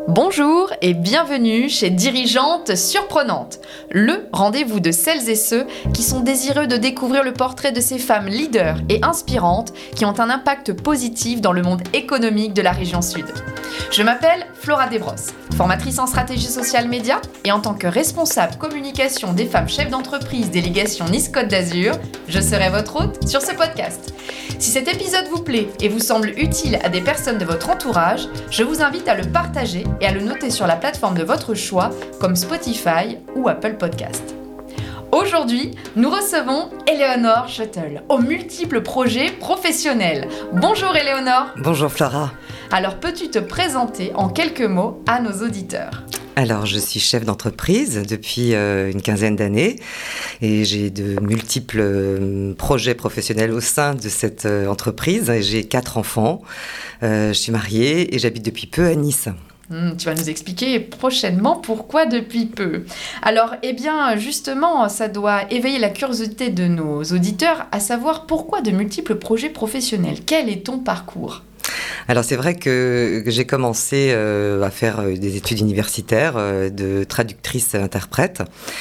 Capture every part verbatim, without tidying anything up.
Bonjour et bienvenue chez Dirigeantes Surprenantes, le rendez-vous de celles et ceux qui sont désireux de découvrir le portrait de ces femmes leaders et inspirantes qui ont un impact positif dans le monde économique de la région Sud. Je m'appelle Flora Desbrosses, formatrice en stratégie sociale média et en tant que responsable communication des femmes chefs d'entreprise délégation Nice-Côte d'Azur, je serai votre hôte sur ce podcast. Si cet épisode vous plaît et vous semble utile à des personnes de votre entourage, je vous invite à le partager et à le noter sur la plateforme de votre choix comme Spotify ou Apple Podcast. Aujourd'hui, nous recevons Éléonore Schuttel, aux multiples projets professionnels. Bonjour Éléonore. Bonjour Flora. Alors peux-tu te présenter en quelques mots à nos auditeurs ? Alors, je suis chef d'entreprise depuis euh, une quinzaine d'années et j'ai de multiples euh, projets professionnels au sein de cette euh, entreprise. J'ai quatre enfants, euh, je suis mariée et j'habite depuis peu à Nice. Mmh, tu vas nous expliquer prochainement pourquoi depuis peu. Alors, eh bien, justement, ça doit éveiller la curiosité de nos auditeurs à savoir pourquoi de multiples projets professionnels. Quel est ton parcours ? Alors c'est vrai que j'ai commencé euh, à faire des études universitaires euh, de traductrice-interprète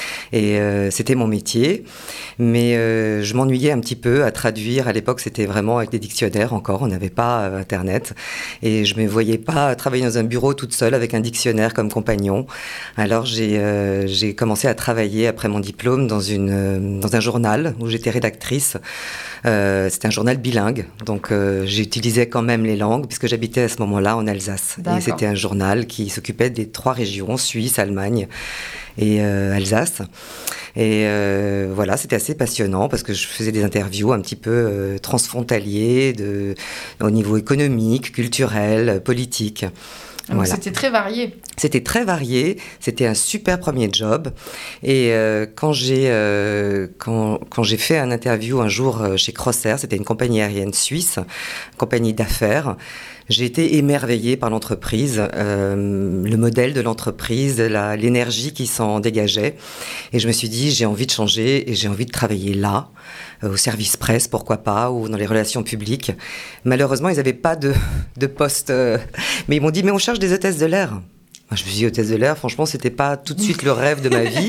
et euh, c'était mon métier, mais euh, je m'ennuyais un petit peu à traduire. À l'époque c'était vraiment avec des dictionnaires encore, on n'avait pas euh, internet et je ne me voyais pas travailler dans un bureau toute seule avec un dictionnaire comme compagnon. Alors j'ai, euh, j'ai commencé à travailler après mon diplôme dans, une, euh, dans un journal où j'étais rédactrice. Euh, c'était un journal bilingue, donc euh, j'utilisais quand même les langues puisque j'habitais à ce moment-là en Alsace. D'accord. Et c'était un journal qui s'occupait des trois régions, Suisse, Allemagne et euh, Alsace. Et euh, voilà, c'était assez passionnant parce que je faisais des interviews un petit peu euh, transfrontaliers de, au niveau économique, culturel, politique. Donc voilà. C'était très varié. C'était très varié, c'était un super premier job. Et euh, quand, j'ai, euh, quand, quand j'ai fait un interview un jour chez Crossair, c'était une compagnie aérienne suisse, compagnie d'affaires, j'ai été émerveillée par l'entreprise, euh, le modèle de l'entreprise, la, l'énergie qui s'en dégageait. Et je me suis dit, j'ai envie de changer et j'ai envie de travailler là, euh, au service presse, pourquoi pas, ou dans les relations publiques. Malheureusement, ils n'avaient pas de, de poste. Euh, mais ils m'ont dit, mais on cherche des hôtesses de l'air. Moi, je me suis dit, hôtesse de l'air, franchement, c'était pas tout de suite le rêve de ma vie.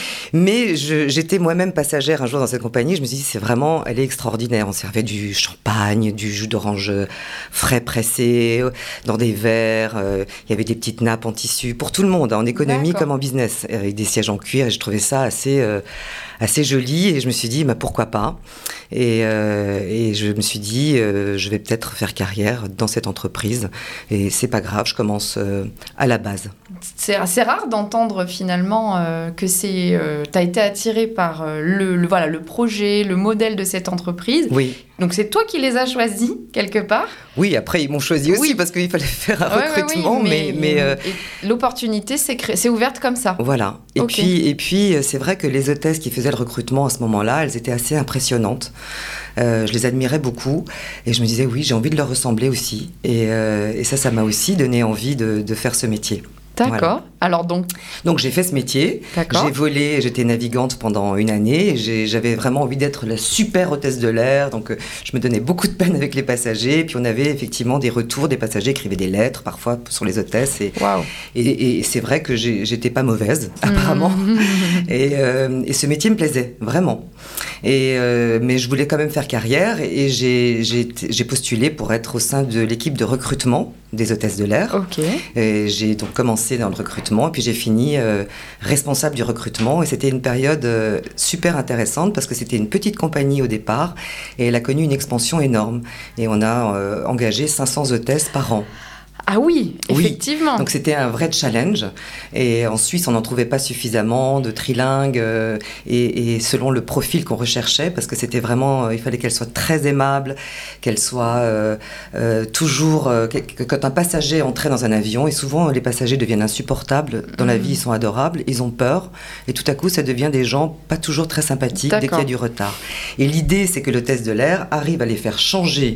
Mais je, j'étais moi-même passagère un jour dans cette compagnie. Je me suis dit, c'est vraiment, elle est extraordinaire. On servait du champagne, du jus d'orange frais pressé, dans des verres. Euh, il y avait des petites nappes en tissu pour tout le monde, en économie D'accord. comme en business, avec des sièges en cuir. Et je trouvais ça assez, euh, assez joli. Et je me suis dit, bah, pourquoi pas ? Et, euh, et je me suis dit, euh, je vais peut-être faire carrière dans cette entreprise. Et c'est pas grave, je commence euh, à la base. C'est assez rare d'entendre finalement euh, que c'est, euh, tu as été attiré par euh, le, le, voilà, le projet, le modèle de cette entreprise. Oui. Donc c'est toi qui les as choisis quelque part ? Oui, après ils m'ont choisi aussi oui. parce qu'il fallait faire un ouais, recrutement. Ouais, oui, mais, mais, mais euh... l'opportunité s'est, cré... s'est ouverte comme ça. Voilà. Et, okay. puis, et puis c'est vrai que les hôtesses qui faisaient le recrutement à ce moment-là, elles étaient assez impressionnantes. Euh, je les admirais beaucoup et je me disais oui, j'ai envie de leur ressembler aussi. Et, euh, et ça, ça m'a aussi donné envie de, de faire ce métier. D'accord. Voilà. Alors donc... Donc j'ai fait ce métier. D'accord. J'ai volé, j'étais navigante pendant une année. Et j'ai, j'avais vraiment envie d'être la super hôtesse de l'air. Donc euh, je me donnais beaucoup de peine avec les passagers. Puis on avait effectivement des retours des passagers qui écrivaient des lettres parfois sur les hôtesses. Et, wow. et, et c'est vrai que j'ai, j'étais pas mauvaise apparemment. Mmh. Et, euh, et ce métier me plaisait vraiment. Et, euh, mais je voulais quand même faire carrière et j'ai, j'ai, j'ai postulé pour être au sein de l'équipe de recrutement des hôtesses de l'air. Okay. Et j'ai donc commencé dans le recrutement et puis j'ai fini euh, responsable du recrutement et c'était une période euh, super intéressante parce que c'était une petite compagnie au départ et elle a connu une expansion énorme et on a euh, engagé cinq cents hôtesses par an. Ah oui, effectivement. Oui. Donc c'était un vrai challenge. Et en Suisse, on n'en trouvait pas suffisamment de trilingues euh, et, et selon le profil qu'on recherchait, parce que c'était vraiment, euh, il fallait qu'elle soit très aimable, qu'elle soit euh, euh, toujours... Euh, que, quand un passager entrait dans un avion, et souvent les passagers deviennent insupportables, dans mmh. la vie ils sont adorables, ils ont peur, et tout à coup ça devient des gens pas toujours très sympathiques D'accord. dès qu'il y a du retard. Et l'idée, c'est que l'hôtesse de l'air arrive à les faire changer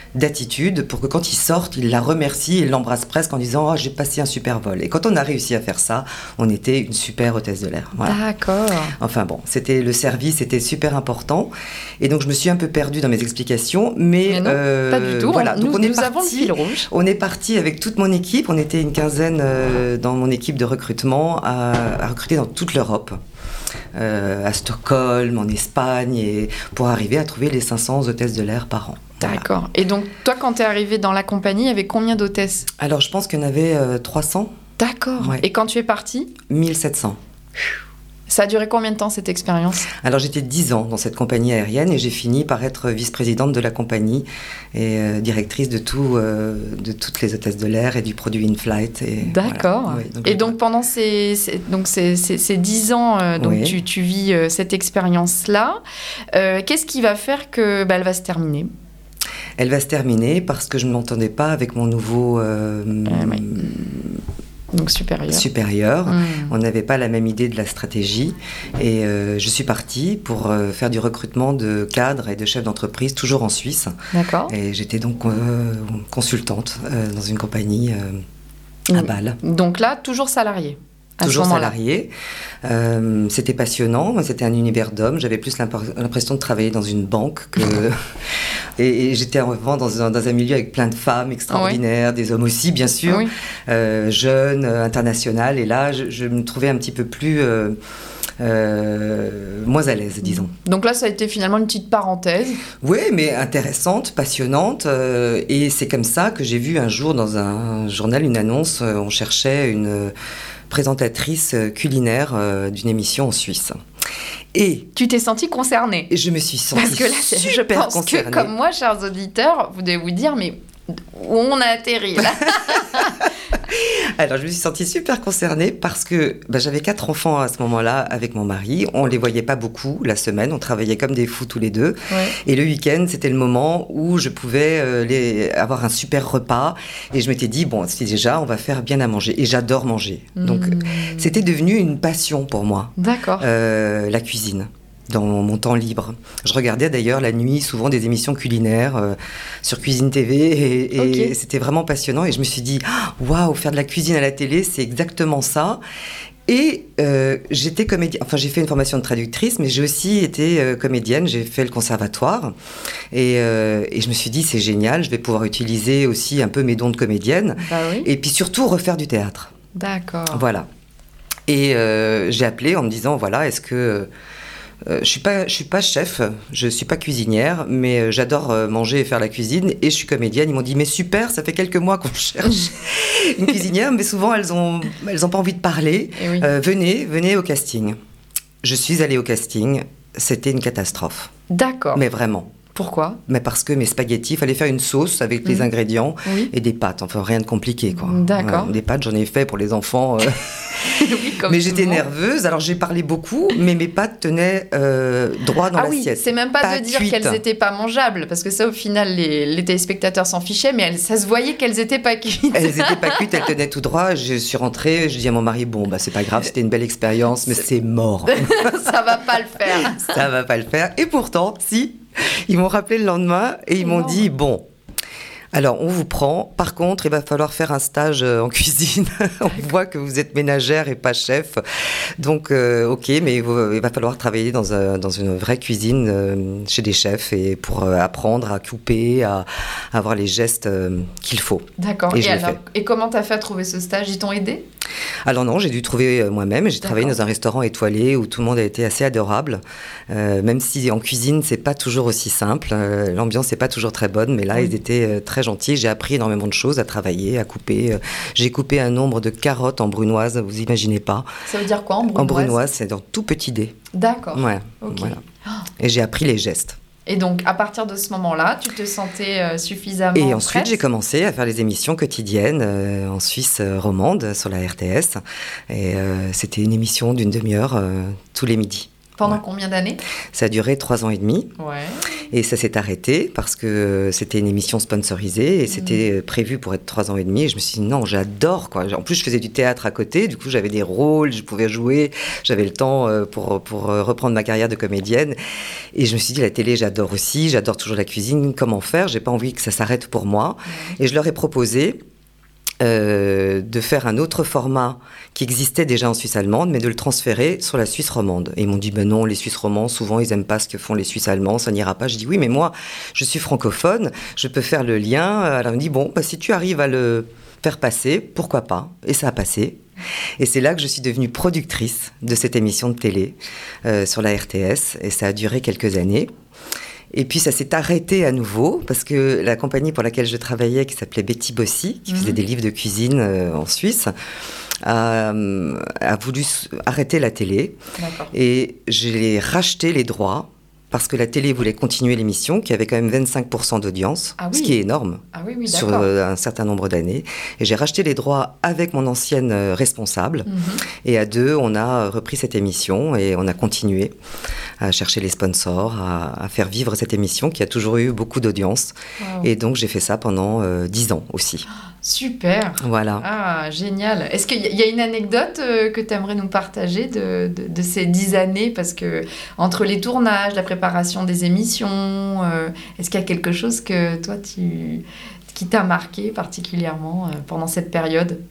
d'attitude pour que quand ils sortent, ils la remercient et l'embrassent presque en disant « Oh, j'ai passé un super vol ». Et quand on a réussi à faire ça, on était une super hôtesse de l'air. Voilà. D'accord. Enfin bon, c'était le service était super important. Et donc, je me suis un peu perdue dans mes explications. Mais, mais non, euh, pas du tout. Voilà. On, donc, nous, on est nous parti, avons le fil rouge. On est parti avec toute mon équipe. On était une quinzaine euh, dans mon équipe de recrutement à, à recruter dans toute l'Europe. Euh, à Stockholm, en Espagne, et pour arriver à trouver les cinq cents hôtesses de l'air par an. D'accord. Voilà. Et donc, toi, quand tu es arrivée dans la compagnie, il y avait combien d'hôtesses ? Alors, je pense qu'il y en avait euh, trois cents. D'accord. Ouais. Et quand tu es partie ? mille sept cents. Ça a duré combien de temps, cette expérience ? Alors, j'étais dix ans dans cette compagnie aérienne et j'ai fini par être vice-présidente de la compagnie et euh, directrice de, tout, euh, de toutes les hôtesses de l'air et du produit in-flight. Et, D'accord. Voilà. Oui, donc et donc, pendant ces, ces, donc ces, ces, ces dix ans, euh, donc oui. tu, tu vis euh, cette expérience-là, euh, qu'est-ce qui va faire qu'elle bah, va se terminer ? Elle va se terminer parce que je ne m'entendais pas avec mon nouveau... Euh, euh, oui. Donc supérieur. Supérieur. Mmh. On n'avait pas la même idée de la stratégie. Et euh, je suis partie pour euh, faire du recrutement de cadres et de chefs d'entreprise, toujours en Suisse. D'accord. Et j'étais donc euh, consultante euh, dans une compagnie euh, à Bâle. Donc là, toujours salariée. Toujours salariée. Euh, c'était passionnant. C'était un univers d'hommes. J'avais plus l'impression de travailler dans une banque que... et, et j'étais en revanche dans un, dans un milieu avec plein de femmes extraordinaires, oui. Des hommes aussi, bien sûr, oui. euh, jeunes, internationales. Et là, je, je me trouvais un petit peu plus... Euh, Euh, moins à l'aise, disons. Donc là, ça a été finalement une petite parenthèse. Oui, mais intéressante, passionnante. Euh, et c'est comme ça que j'ai vu un jour dans un journal une annonce. Euh, on cherchait une présentatrice culinaire euh, d'une émission en Suisse. Et tu t'es sentie concernée. Et je me suis sentie Parce que là, super je pense concernée. Que, comme moi, chers auditeurs, vous devez vous dire, mais où on a atterri là. Alors, je me suis sentie super concernée parce que bah, j'avais quatre enfants à ce moment-là avec mon mari. On ne les voyait pas beaucoup la semaine. On travaillait comme des fous tous les deux. Ouais. Et le week-end, c'était le moment où je pouvais euh, les... avoir un super repas. Et je m'étais dit, bon, c'est déjà, on va faire bien à manger. Et j'adore manger. Mmh. Donc, c'était devenu une passion pour moi. D'accord. Euh, la cuisine. Dans mon temps libre. Je regardais d'ailleurs la nuit souvent des émissions culinaires euh, sur Cuisine T V et, et okay. C'était vraiment passionnant et je me suis dit waouh, faire de la cuisine à la télé, c'est exactement ça. Et euh, j'étais comédienne, enfin j'ai fait une formation de traductrice, mais j'ai aussi été euh, comédienne, j'ai fait le conservatoire et, euh, et je me suis dit c'est génial, je vais pouvoir utiliser aussi un peu mes dons de comédienne bah oui. Et puis surtout refaire du théâtre. D'accord. Voilà. Et euh, j'ai appelé en me disant voilà, est-ce que Euh, je suis pas, je suis pas chef, je suis pas cuisinière, mais euh, j'adore euh, manger et faire la cuisine et je suis comédienne. Ils m'ont dit mais super, ça fait quelques mois qu'on cherche une cuisinière, mais souvent elles ont, elles ont pas envie de parler. Oui. Euh, venez, venez au casting. Je suis allée au casting, c'était une catastrophe. D'accord. Mais vraiment. Pourquoi ? Mais parce que mes spaghettis, il fallait faire une sauce avec mmh. les ingrédients oui. et des pâtes. Enfin, rien de compliqué, quoi. D'accord. Ouais, des pâtes, j'en ai fait pour les enfants. Euh... oui, comme mais j'étais nerveuse, alors j'ai parlé beaucoup, mais mes pâtes tenaient euh, droit dans ah l'assiette. Oui, c'est même pas, pas de dire cuite. Qu'elles n'étaient pas mangeables, parce que ça, au final, les, les téléspectateurs s'en fichaient, mais elles, ça se voyait qu'elles n'étaient pas cuites. Elles n'étaient pas cuites, elles tenaient tout droit. Je suis rentrée, je dis à mon mari, bon, bah, c'est pas grave, c'était une belle expérience, mais c'est mort. Ça va pas le faire. Ça va pas le faire. Et pourtant, si, ils m'ont rappelé le lendemain et ils m'ont dit, bon... Alors, on vous prend. Par contre, il va falloir faire un stage en cuisine. On voit que vous êtes ménagère et pas chef. Donc, euh, ok, mais il va falloir travailler dans, un, dans une vraie cuisine euh, chez des chefs et pour euh, apprendre à couper, à, à avoir les gestes euh, qu'il faut. D'accord. Et, et, alors, et comment tu as fait à trouver ce stage ? Ils t'ont aidé ? Alors non, j'ai dû trouver moi-même. J'ai D'accord. travaillé dans un restaurant étoilé où tout le monde a été assez adorable. Euh, même si en cuisine, c'est pas toujours aussi simple. Euh, l'ambiance n'est pas toujours très bonne, mais là, oui. ils étaient euh, très gentils. J'ai appris énormément de choses à travailler, à couper. Euh, j'ai coupé un nombre de carottes en brunoise, vous imaginez pas. Ça veut dire quoi en brunoise ? En brunoise, c'est dans tout petit dé. D'accord. Ouais. Okay. Voilà. Et j'ai appris les gestes. Et donc, à partir de ce moment-là, tu te sentais euh, suffisamment Et ensuite, prête ? j'ai commencé à faire les émissions quotidiennes euh, en Suisse euh, romande, sur la R T S. Et euh, c'était une émission d'une demi-heure euh, tous les midis. Pendant Ouais. combien d'années? Ça a duré trois ans et demi. Ouais. Et ça s'est arrêté parce que c'était une émission sponsorisée et c'était prévu pour être trois ans et demi. Et je me suis dit non, j'adore quoi. En plus, je faisais du théâtre à côté. Du coup, j'avais des rôles, je pouvais jouer. J'avais le temps pour, pour reprendre ma carrière de comédienne. Et je me suis dit la télé, j'adore aussi. J'adore toujours la cuisine. Comment faire? J'ai pas envie que ça s'arrête pour moi. Et je leur ai proposé Euh, de faire un autre format qui existait déjà en Suisse allemande, mais de le transférer sur la Suisse romande. Et ils m'ont dit, ben non, les Suisses romands, souvent, ils aiment pas ce que font les Suisses allemands, ça n'ira pas. Je dis, oui, mais moi, je suis francophone, je peux faire le lien. Alors, on me dit, bon, bah, si tu arrives à le faire passer, pourquoi pas? Et ça a passé. Et c'est là que je suis devenue productrice de cette émission de télé euh, sur la R T S, et ça a duré quelques années. Et puis ça s'est arrêté à nouveau parce que la compagnie pour laquelle je travaillais, qui s'appelait Betty Bossy, qui mmh. faisait des livres de cuisine euh, en Suisse, a, a voulu arrêter la télé. D'accord. Et j'ai racheté les droits parce que la télé voulait continuer l'émission, qui avait quand même vingt-cinq pour cent d'audience, ah oui. ce qui est énorme ah oui, oui, sur euh, un certain nombre d'années. Et j'ai racheté les droits avec mon ancienne euh, responsable. Mm-hmm. Et à deux, on a repris cette émission et on a continué à chercher les sponsors, à, à faire vivre cette émission qui a toujours eu beaucoup d'audience. Wow. Et donc, j'ai fait ça pendant euh, dix ans aussi. Super. Voilà. Ah, génial. Est-ce qu'il y a une anecdote euh, que tu aimerais nous partager de, de, de ces dix années? Parce que entre les tournages, la préparation des émissions, euh, est-ce qu'il y a quelque chose que toi, tu, qui t'a marqué particulièrement euh, pendant cette période?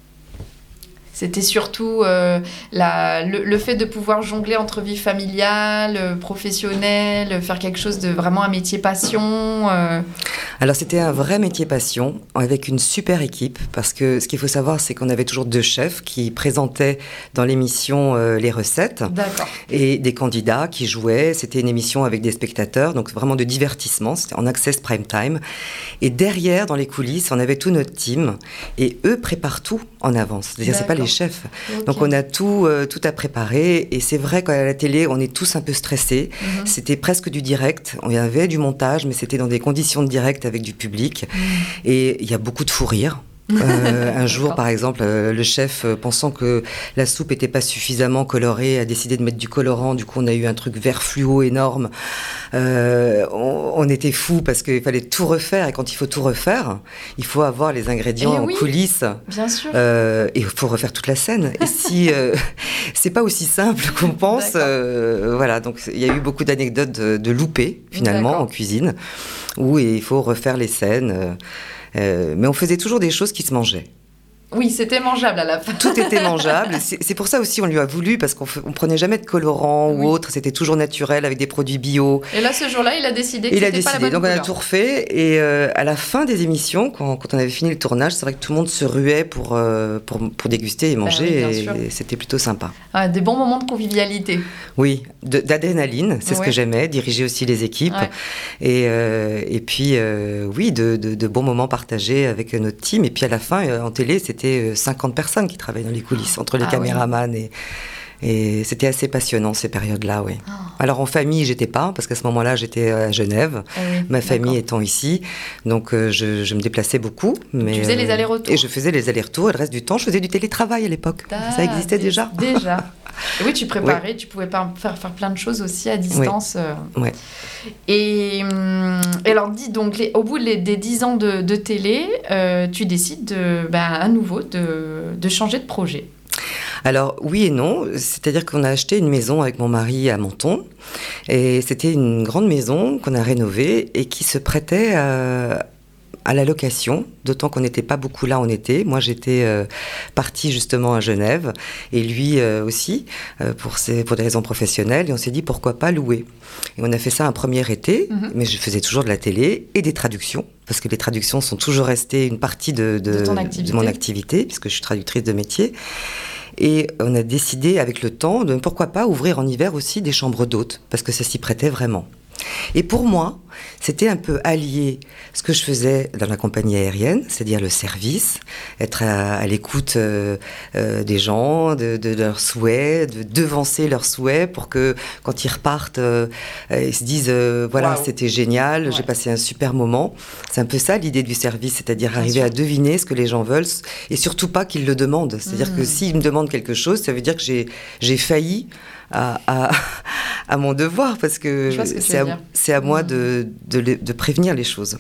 C'était surtout euh, la, le, le fait de pouvoir jongler entre vie familiale, professionnelle, faire quelque chose de vraiment un métier passion. Euh... Alors c'était un vrai métier passion avec une super équipe parce que ce qu'il faut savoir c'est qu'on avait toujours deux chefs qui présentaient dans l'émission euh, les recettes. D'accord. Et des candidats qui jouaient. C'était une émission avec des spectateurs, donc vraiment de divertissement. C'était en access prime time. Et derrière, dans les coulisses, on avait tout notre team et eux préparent tout en avance. C'est-à-dire c'est pas les chefs. Okay. Donc on a tout, euh, tout à préparer et c'est vrai qu'à la télé on est tous un peu stressés. Mm-hmm. C'était presque du direct. On y avait du montage mais c'était dans des conditions de direct avec du public. Mm. Et il y a beaucoup de fou rire. Euh, un jour, par exemple, euh, le chef, euh, pensant que la soupe n'était pas suffisamment colorée, a décidé de mettre du colorant. Du coup, on a eu un truc vert fluo énorme. Euh, on, on était fous parce qu'il fallait tout refaire. Et quand il faut tout refaire, il faut avoir les ingrédients et en oui, coulisses. Bien sûr. Euh, et il faut refaire toute la scène. Et si euh, c'est pas aussi simple qu'on pense, euh, voilà. Donc, il y a eu beaucoup d'anecdotes de, de loupés finalement D'accord. en cuisine, où il faut refaire les scènes. Euh, Euh, mais on faisait toujours des choses qui se mangeaient. Oui, c'était mangeable à la fin. Tout était mangeable. C'est, c'est pour ça aussi on lui a voulu, parce qu'on ne prenait jamais de colorant oui. ou autre. C'était toujours naturel, avec des produits bio. Et là, ce jour-là, il a décidé que il c'était a pas décidé. la bonne Donc couleur. on a tout refait. Et euh, à la fin des émissions, quand, quand on avait fini le tournage, c'est vrai que tout le monde se ruait pour, euh, pour, pour déguster et manger. Ben oui, et, et c'était plutôt sympa. Ah, des bons moments de convivialité. Oui, de, d'adrénaline, c'est ouais. ce que j'aimais. Diriger aussi les équipes. Ouais. Et, euh, et puis, euh, oui, de, de, de bons moments partagés avec notre team. Et puis à la fin, en télé, c'était cinquante personnes qui travaillent dans les coulisses, entre les ah, caméramans oui. et, et c'était assez passionnant ces périodes-là, oui. Oh. Alors en famille, j'étais pas, parce qu'à ce moment-là, j'étais à Genève, ah oui, ma famille étant ici, donc euh, je, je me déplaçais beaucoup. Mais, tu faisais euh, les allers-retours. Et je faisais les allers-retours, et le reste du temps, je faisais du télétravail à l'époque. Ah, ça existait d- déjà. Déjà. Et oui, tu préparais, oui. tu pouvais faire, faire plein de choses aussi à distance. Oui. Euh. Ouais. Et, et alors, dis donc, les, au bout les, des dix ans de, de télé, euh, tu décides de, ben, à nouveau de, de changer de projet. Alors oui et non, c'est-à-dire qu'on a acheté une maison avec mon mari à Menton et c'était une grande maison qu'on a rénovée et qui se prêtait à, à la location, d'autant qu'on n'était pas beaucoup là en été. Moi j'étais euh, partie justement à Genève et lui euh, aussi euh, pour, ses, pour des raisons professionnelles et on s'est dit pourquoi pas louer. Et on a fait ça un premier été, mm-hmm. mais je faisais toujours de la télé et des traductions. Parce que les traductions sont toujours restées une partie de, de, de, de mon activité, puisque je suis traductrice de métier. Et on a décidé, avec le temps, de pourquoi pas ouvrir en hiver aussi des chambres d'hôtes, parce que ça s'y prêtait vraiment. Et pour moi, c'était un peu allier ce que je faisais dans la compagnie aérienne, c'est-à-dire le service, être à, à l'écoute euh, euh, des gens, de, de leurs souhaits, de devancer leurs souhaits pour que quand ils repartent, euh, ils se disent euh, voilà, wow. C'était génial, ouais. J'ai passé un super moment. C'est un peu ça l'idée du service, c'est-à-dire Bien arriver sûr. À deviner ce que les gens veulent et surtout pas qu'ils le demandent. C'est-à-dire mmh. que s'ils me demandent quelque chose, ça veut dire que j'ai, j'ai failli À, à, à mon devoir, parce que, que c'est, à, c'est à moi de, de, de prévenir les choses.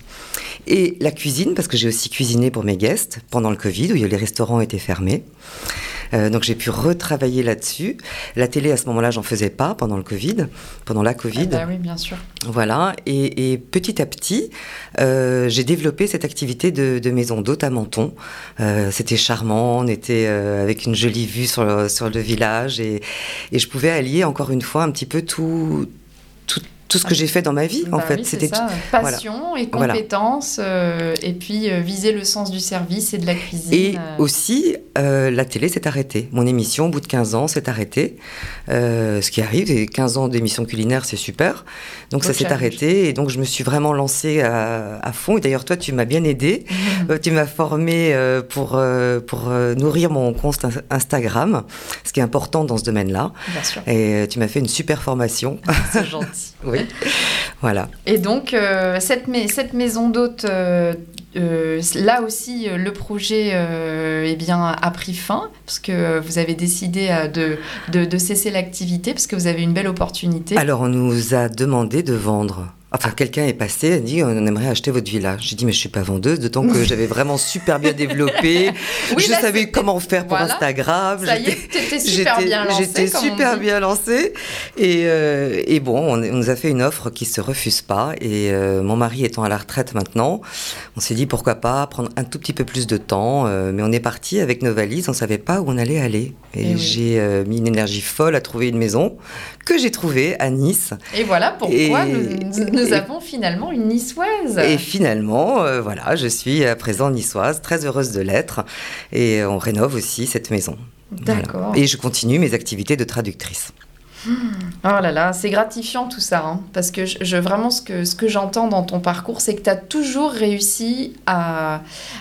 Et la cuisine, parce que j'ai aussi cuisiné pour mes guests pendant le Covid, où les restaurants étaient fermés. Euh, donc j'ai pu retravailler là-dessus. La télé, à ce moment-là, j'en faisais pas pendant le Covid, pendant la Covid. Ah bah oui, bien sûr. Voilà, et, et petit à petit, euh, j'ai développé cette activité de, de maison d'hôte à Menton. Euh, c'était charmant, on était euh, avec une jolie vue sur le, sur le village, et, et je pouvais allier encore une fois un petit peu tout, tout, tout ce que j'ai fait dans ma vie, bah en fait. Oui, c'était ça. Passion voilà. Et compétences, voilà. euh, et puis euh, viser le sens du service et de la cuisine. Et euh... aussi, euh, la télé s'est arrêtée. Mon émission, au bout de quinze ans, s'est arrêtée. Euh, ce qui arrive, et quinze ans d'émission culinaire, c'est super. Donc Beau ça challenge. S'est arrêté, et donc je me suis vraiment lancée à, à fond. Et d'ailleurs, toi, tu m'as bien aidée. Mmh. Euh, tu m'as formée euh, pour, euh, pour euh, nourrir mon compte Instagram, ce qui est important dans ce domaine-là. Bien sûr. Et euh, tu m'as fait une super formation. C'est gentil. Oui. Voilà. Et donc, euh, cette, ma- cette maison d'hôte, euh, euh, là aussi, le projet euh, eh bien, a pris fin, parce que vous avez décidé euh, de, de, de cesser l'activité, parce que vous avez une belle opportunité. Alors, on nous a demandé de vendre. Enfin, quelqu'un est passé, a dit on aimerait acheter votre villa. J'ai dit mais je suis pas vendeuse, d'autant que j'avais vraiment super bien développé. Oui, je là, savais c'était... comment faire pour voilà. Instagram. Ça y est, t'étais super j'étais, bien lancée. J'étais super bien lancée. Et, euh, et bon, on, on nous a fait une offre qui se refuse pas. Et euh, mon mari étant à la retraite maintenant, on s'est dit pourquoi pas prendre un tout petit peu plus de temps. Euh, mais on est parti avec nos valises, on savait pas où on allait aller. Et, et oui. j'ai euh, mis une énergie folle à trouver une maison que j'ai trouvée à Nice. Et voilà pourquoi et, nous, nous Nous et, avons finalement une niçoise. Et finalement, euh, voilà, je suis à présent niçoise, très heureuse de l'être. Et on rénove aussi cette maison. D'accord. Voilà. Et je continue mes activités de traductrice. Mmh. Oh là là, c'est gratifiant tout ça. Hein, parce que je, je, vraiment, ce que, ce que j'entends dans ton parcours, c'est que tu as toujours réussi à...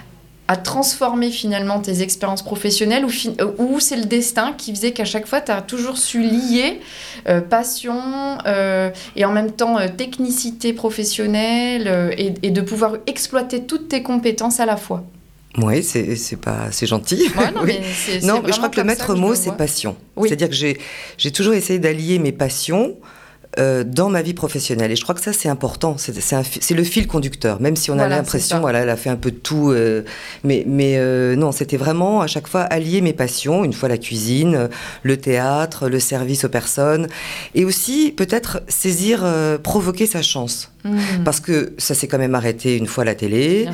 à transformer finalement tes expériences professionnelles, ou, fi- ou c'est le destin qui faisait qu'à chaque fois, tu as toujours su lier euh, passion euh, et en même temps euh, technicité professionnelle euh, et, et de pouvoir exploiter toutes tes compétences à la fois. Oui, c'est, c'est, pas, c'est gentil. Ouais, non, oui. mais, c'est, c'est non, mais je crois que le maître mot, c'est vois. passion. Oui. C'est-à-dire que j'ai, j'ai toujours essayé d'allier mes passions Euh, dans ma vie professionnelle. Et je crois que ça, c'est important. C'est, c'est, un, c'est le fil conducteur. Même si on voilà, a l'impression, voilà, elle a fait un peu de tout. Euh, mais mais euh, non, c'était vraiment à chaque fois allier mes passions. Une fois la cuisine, le théâtre, le service aux personnes. Et aussi, peut-être, saisir, euh, provoquer sa chance. Mmh. Parce que ça s'est quand même arrêté une fois la télé.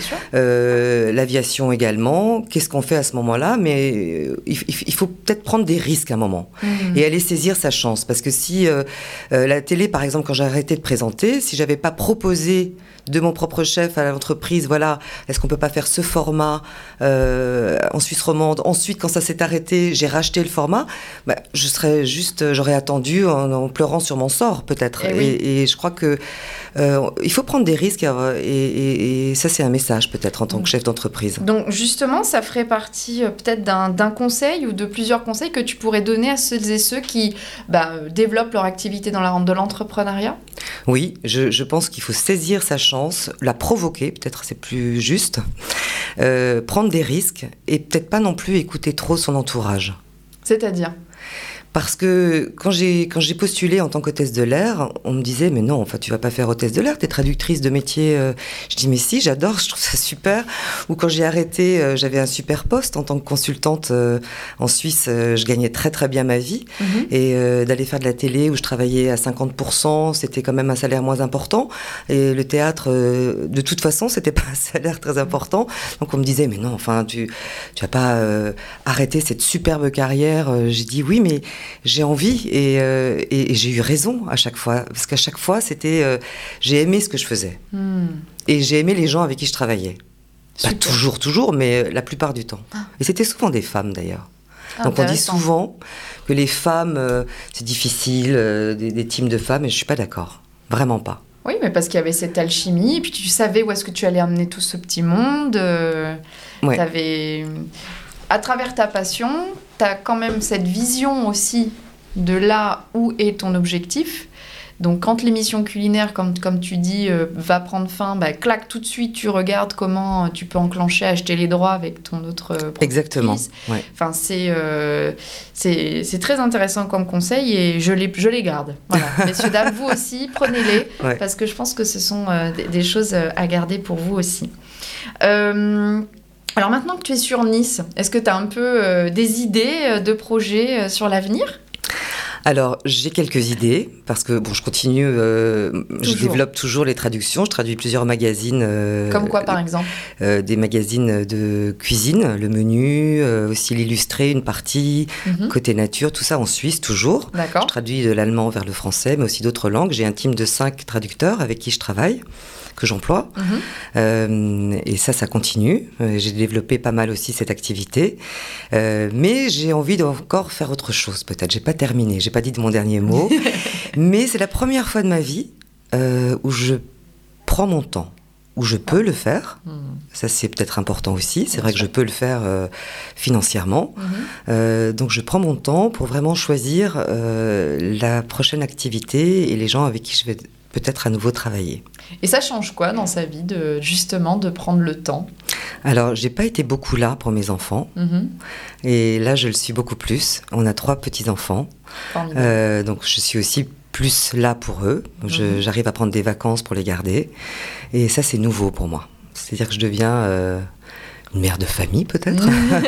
Euh, l'aviation également. Qu'est-ce qu'on fait à ce moment-là? Mais euh, il, il faut peut-être prendre des risques à un moment. Mmh. Et aller saisir sa chance. Parce que si euh, euh, la télé, par exemple, quand j'ai arrêté de présenter, si j'avais pas proposé de mon propre chef à l'entreprise, voilà, est-ce qu'on peut pas faire ce format euh, en Suisse romande? Ensuite, quand ça s'est arrêté, j'ai racheté le format. Bah, je serais juste, j'aurais attendu en, en pleurant sur mon sort, peut-être. Et, oui. et, et je crois que euh, il faut prendre des risques, et, et, et ça, c'est un message peut-être en tant que chef d'entreprise. Donc justement, ça ferait partie euh, peut-être d'un, d'un conseil ou de plusieurs conseils que tu pourrais donner à celles et ceux qui bah, développent leur activité dans la rente de l'entrepreneuriat? Oui, je, je pense qu'il faut saisir sa chance, la provoquer, peut-être c'est plus juste, euh, prendre des risques et peut-être pas non plus écouter trop son entourage. C'est-à-dire ? Parce que quand j'ai, quand j'ai postulé en tant qu'hôtesse de l'air, on me disait « Mais non, enfin, tu vas pas faire hôtesse de l'air, t'es traductrice de métier. Euh. » Je dis « Mais si, j'adore, je trouve ça super. » Ou quand j'ai arrêté, euh, j'avais un super poste en tant que consultante euh, en Suisse. Euh, je gagnais très très bien ma vie. Mm-hmm. Et euh, d'aller faire de la télé où je travaillais à cinquante pour cent, c'était quand même un salaire moins important. Et le théâtre, euh, de toute façon, c'était pas un salaire très important. Donc on me disait « Mais non, enfin, tu, tu vas pas euh, arrêter cette superbe carrière. » J'ai dit « Oui, mais... » j'ai envie et, euh, et, et j'ai eu raison à chaque fois, parce qu'à chaque fois, c'était, euh, j'ai aimé ce que je faisais. Mm. Et j'ai aimé les gens avec qui je travaillais. Super. Pas toujours, toujours, mais la plupart du temps. Ah. Et c'était souvent des femmes, d'ailleurs. Donc on dit souvent que les femmes, euh, c'est difficile, euh, des, des teams de femmes, et je ne suis pas d'accord. Vraiment pas. Oui, mais parce qu'il y avait cette alchimie, et puis tu savais où est-ce que tu allais amener tout ce petit monde. Euh, Ouais. t'avais... À travers ta passion, tu as quand même cette vision aussi de là où est ton objectif. Donc, quand l'émission culinaire, comme, comme tu dis, euh, va prendre fin, bah, clac, tout de suite, tu regardes comment tu peux enclencher, acheter les droits avec ton autre euh, Exactement. Ouais. Enfin, c'est, euh, c'est, c'est très intéressant comme conseil et je les, je les garde. Voilà. Messieurs, dames, vous aussi, prenez-les Ouais. parce que je pense que ce sont euh, des, des choses à garder pour vous aussi. Euh, alors, maintenant que tu es sur Nice, est-ce que tu as un peu euh, des idées de projets euh, sur l'avenir ? Alors, j'ai quelques idées, parce que bon, je continue, euh, je développe toujours les traductions, je traduis plusieurs magazines. Euh, Comme quoi, par exemple ? euh, Des magazines de cuisine, le menu, euh, aussi l'illustré, une partie, mm-hmm. côté nature, tout ça en Suisse toujours. D'accord. Je traduis de l'allemand vers le français, mais aussi d'autres langues. J'ai un team de cinq traducteurs avec qui je travaille, que j'emploie. Mmh. Euh, et ça, ça continue. Euh, j'ai développé pas mal aussi cette activité. Euh, mais j'ai envie d'encore faire autre chose, peut-être. J'ai pas terminé, j'ai pas dit de mon dernier mot. Mais c'est la première fois de ma vie euh, où je prends mon temps, où je peux le faire. Mmh. Ça, c'est peut-être important aussi. C'est Bien vrai sûr. Que je peux le faire euh, financièrement. Mmh. Euh, donc, je prends mon temps pour vraiment choisir euh, la prochaine activité et les gens avec qui je vais peut-être à nouveau travailler. Et ça change quoi dans sa vie, de, justement, de prendre le temps ? Alors, j'ai pas été beaucoup là pour mes enfants. Mm-hmm. Et là, je le suis beaucoup plus. On a trois petits-enfants. Euh, donc, je suis aussi plus là pour eux. Je, mm-hmm. J'arrive à prendre des vacances pour les garder. Et ça, c'est nouveau pour moi. C'est-à-dire que je deviens... Euh, une mère de famille, peut-être.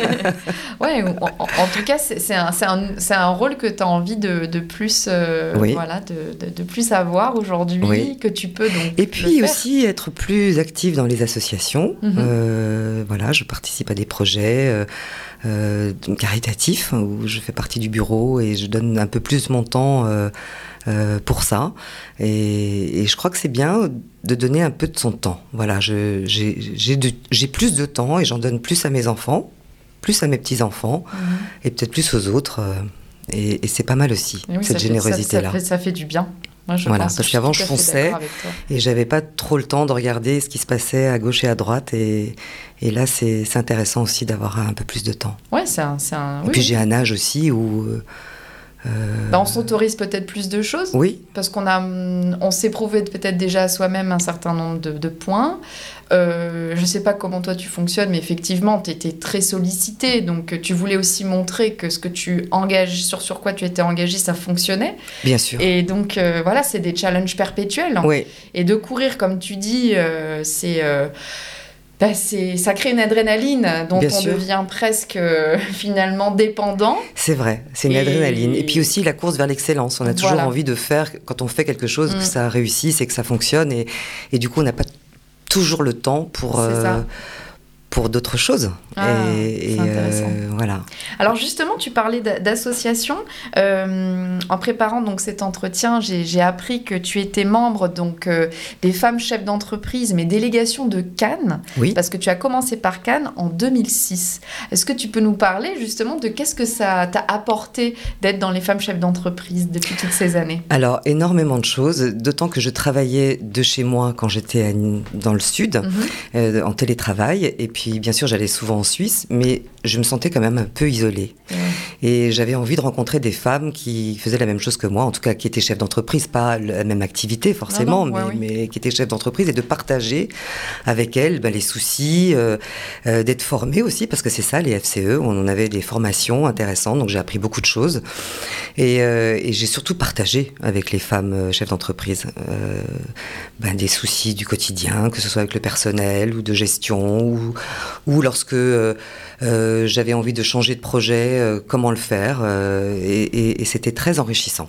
Oui, en, en tout cas, c'est, c'est, un, c'est, un, c'est un rôle que tu as envie de, de, plus, euh, oui. voilà, de, de, de plus avoir aujourd'hui, oui. que tu peux donc Et puis aussi être plus active dans les associations. Mm-hmm. Euh, voilà, je participe à des projets euh, euh, caritatifs où je fais partie du bureau et je donne un peu plus mon temps euh, euh, pour ça. Et, et je crois que c'est bien de donner un peu de son temps. Voilà, je, j'ai, j'ai, de, j'ai plus de temps et j'en donne plus à mes enfants, plus à mes petits-enfants, mmh. et peut-être plus aux autres. Euh, et, et c'est pas mal aussi, oui, cette générosité-là. Ça, ça, ça fait du bien. Moi, je voilà, pense parce qu'avant, je fonçais et j'avais pas trop le temps de regarder ce qui se passait à gauche et à droite. Et, et là, c'est, c'est intéressant aussi d'avoir un peu plus de temps. Ouais, c'est un, c'est un... Et oui, puis, oui. j'ai un âge aussi où... Euh, Euh... Bah, on s'autorise peut-être plus de choses. Oui. Parce qu'on a, on s'est prouvé peut-être déjà à soi-même un certain nombre de, de points. Euh, je ne sais pas comment toi tu fonctionnes, mais effectivement, tu étais très sollicitée. Donc, tu voulais aussi montrer que ce que tu engages, sur, sur quoi tu étais engagée, ça fonctionnait. Bien sûr. Et donc, euh, voilà, c'est des challenges perpétuels. Hein. Oui. Et de courir, comme tu dis, euh, c'est... Euh, Bah c'est, ça crée une adrénaline dont Bien on sûr. devient presque euh, finalement dépendant. C'est vrai, c'est une et... adrénaline. Et puis aussi la course vers l'excellence. On a toujours voilà. envie de faire, quand on fait quelque chose, mmh. que ça réussisse et que ça fonctionne. Et, et du coup, on n'a pas toujours le temps pour... C'est euh, ça. pour d'autres choses. Ah, et, c'est et intéressant. Euh, voilà. Alors justement, tu parlais d'association. Euh, en préparant donc cet entretien, j'ai, j'ai appris que tu étais membre donc euh, des femmes chefs d'entreprise, mais délégation de Cannes. Oui. Parce que tu as commencé par Cannes en deux mille six. Est-ce que tu peux nous parler justement de qu'est-ce que ça t'a apporté d'être dans les femmes chefs d'entreprise depuis toutes ces années ? Alors, énormément de choses, d'autant que je travaillais de chez moi quand j'étais à, dans le sud, mm-hmm. euh, en télétravail, et puis bien sûr j'allais souvent en Suisse, mais je me sentais quand même un peu isolée. Mmh. Et j'avais envie de rencontrer des femmes qui faisaient la même chose que moi, en tout cas qui étaient chefs d'entreprise, pas la même activité forcément, non, non, ouais, mais, oui. mais qui étaient chefs d'entreprise, et de partager avec elles ben, les soucis, euh, euh, d'être formée aussi, parce que c'est ça les F C E, on avait des formations intéressantes, donc j'ai appris beaucoup de choses. Et, euh, et j'ai surtout partagé avec les femmes chefs d'entreprise euh, ben, des soucis du quotidien, que ce soit avec le personnel ou de gestion, ou, ou lorsque euh, euh, j'avais envie de changer de projet, euh, comment le faire, euh, et, et, et c'était très enrichissant.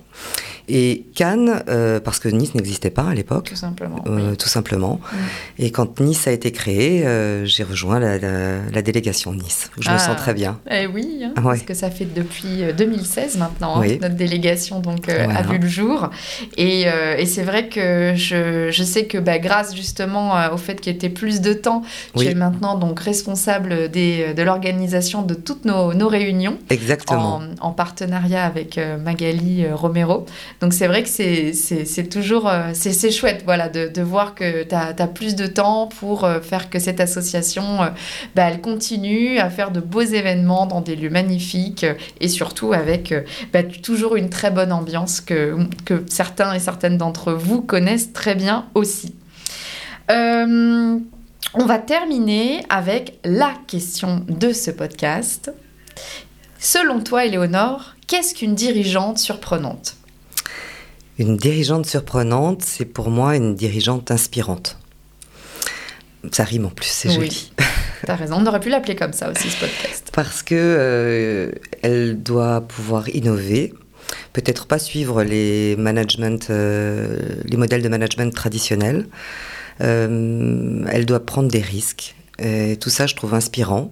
Et Cannes, euh, parce que Nice n'existait pas à l'époque. Tout simplement. Euh, oui. Tout simplement. Mm. Et quand Nice a été créé, euh, j'ai rejoint la, la, la délégation Nice, où je ah, me sens très bien. Eh oui, hein, ouais. parce que ça fait depuis deux mille seize maintenant, oui. hein, notre délégation donc, euh, voilà. a vu le jour. Et, euh, et c'est vrai que je, je sais que bah, grâce justement euh, au fait qu'il y ait plus de temps, oui. tu es maintenant donc responsable des, de l'organisation de toutes nos, nos réunions. Exactement. En, en partenariat avec euh, Magali euh, Romero. Donc c'est vrai que c'est, c'est, c'est toujours euh, c'est, c'est chouette voilà, de, de voir que tu as plus de temps pour euh, faire que cette association, euh, bah, elle continue à faire de beaux événements dans des lieux magnifiques euh, et surtout avec euh, bah, toujours une très bonne ambiance que, que certains et certaines d'entre vous connaissent très bien aussi. Euh, on va terminer avec la question de ce podcast. Selon toi, Éléonore, qu'est-ce qu'une dirigeante surprenante ? Une dirigeante surprenante, c'est pour moi une dirigeante inspirante. Ça rime en plus, c'est oui. joli. T'as raison, on aurait pu l'appeler comme ça aussi, ce podcast. Parce que euh, elle doit pouvoir innover, peut-être pas suivre les management, euh, les modèles de management traditionnels. Euh, elle doit prendre des risques. Et tout ça, je trouve inspirant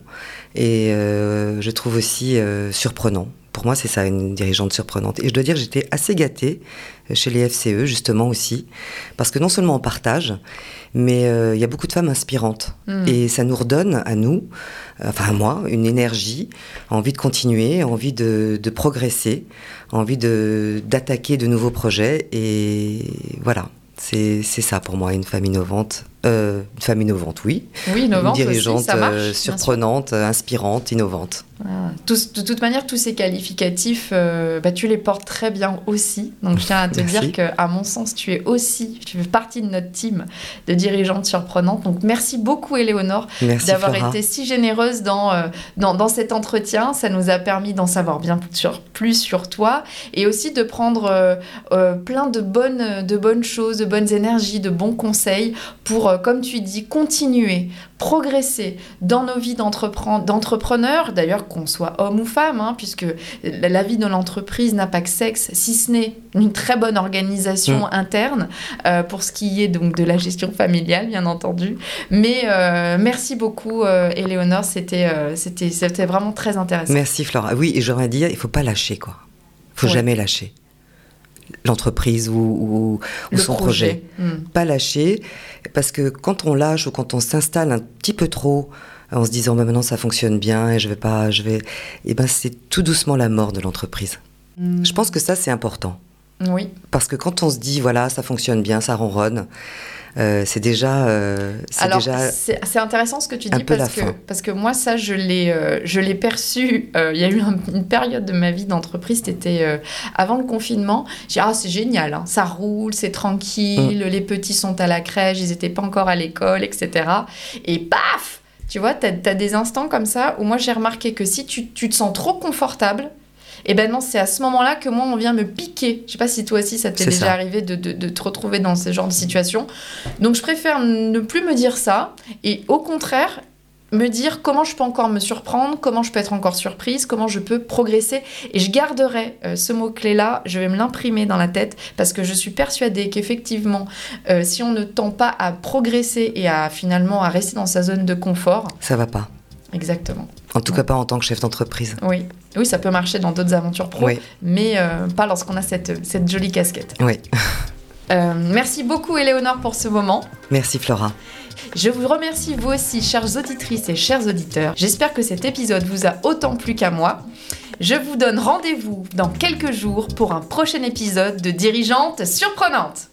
et euh, je trouve aussi euh, surprenant. Pour moi, c'est ça, une dirigeante surprenante. Et je dois dire que j'étais assez gâtée chez les F C E, justement aussi, parce que non seulement on partage, mais il euh, y a beaucoup de femmes inspirantes. Mmh. Et ça nous redonne à nous, enfin à moi, une énergie, envie de continuer, envie de, de progresser, envie de, d'attaquer de nouveaux projets. Et voilà, c'est, c'est ça pour moi, une femme innovante. Euh, une femme innovante, oui. Oui, innovante une dirigeante aussi, ça marche, euh, surprenante, inspirante, innovante. Ah. Tous, de toute manière, tous ces qualificatifs, euh, bah, tu les portes très bien aussi. Donc, je tiens à te Merci. dire qu'à mon sens, tu es aussi, tu fais partie de notre team de dirigeantes surprenantes. Donc, merci beaucoup, Éléonore, merci, d'avoir Flora. été si généreuse dans, euh, dans, dans cet entretien. Ça nous a permis d'en savoir bien sur, plus sur toi et aussi de prendre euh, euh, plein de bonnes, de bonnes choses, de bonnes énergies, de bons conseils pour, euh, comme tu dis, continuer, progresser dans nos vies d'entrepre- d'entrepreneurs, d'ailleurs qu'on soit homme ou femme, hein, puisque la vie de l'entreprise n'a pas que sexe, si ce n'est une très bonne organisation mmh. interne, euh, pour ce qui est donc de la gestion familiale, bien entendu. Mais euh, merci beaucoup, euh, Éléonore, c'était, euh, c'était, c'était vraiment très intéressant. Merci, Flora. Oui, et j'aurais à dire, il ne faut pas lâcher, quoi. Il ne faut ouais. jamais lâcher l'entreprise ou, ou, ou son projet. projet. Mmh. Pas lâcher, parce que quand on lâche ou quand on s'installe un petit peu trop en se disant bah, maintenant ça fonctionne bien et je vais pas, je vais, et ben c'est tout doucement la mort de l'entreprise. Mmh. Je pense que ça c'est important. Oui. Parce que quand on se dit voilà ça fonctionne bien, ça ronronne. Euh, c'est déjà, euh, c'est Alors, déjà c'est, c'est intéressant ce que tu dis parce que, parce que moi, ça, je l'ai, euh, je l'ai perçu. Il euh, y a eu un, une période de ma vie d'entreprise, c'était euh, avant le confinement. J'ai dit, ah, c'est génial, hein, ça roule, c'est tranquille, mmh. les petits sont à la crèche, ils n'étaient pas encore à l'école, et cetera. Et paf, tu vois, tu as des instants comme ça où moi, j'ai remarqué que si tu, tu te sens trop confortable, et ben non, c'est à ce moment-là que moi, on vient me piquer. Je sais pas si toi aussi, ça t'est c'est déjà ça. arrivé de, de, de te retrouver dans ce genre de situation. Donc, je préfère ne plus me dire ça et au contraire, me dire comment je peux encore me surprendre, comment je peux être encore surprise, comment je peux progresser. Et je garderai euh, ce mot-clé-là, je vais me l'imprimer dans la tête parce que je suis persuadée qu'effectivement, euh, si on ne tend pas à progresser et à finalement à rester dans sa zone de confort... Ça va pas. Exactement. En tout ouais. cas, pas en tant que chef d'entreprise. Oui, oui, ça peut marcher dans d'autres aventures pro, oui. mais euh, pas lorsqu'on a cette, cette jolie casquette. Oui. Euh, merci beaucoup, Éléonore, pour ce moment. Merci, Flora. Je vous remercie, vous aussi, chères auditrices et chers auditeurs. J'espère que cet épisode vous a autant plu qu'à moi. Je vous donne rendez-vous dans quelques jours pour un prochain épisode de Dirigeantes surprenantes.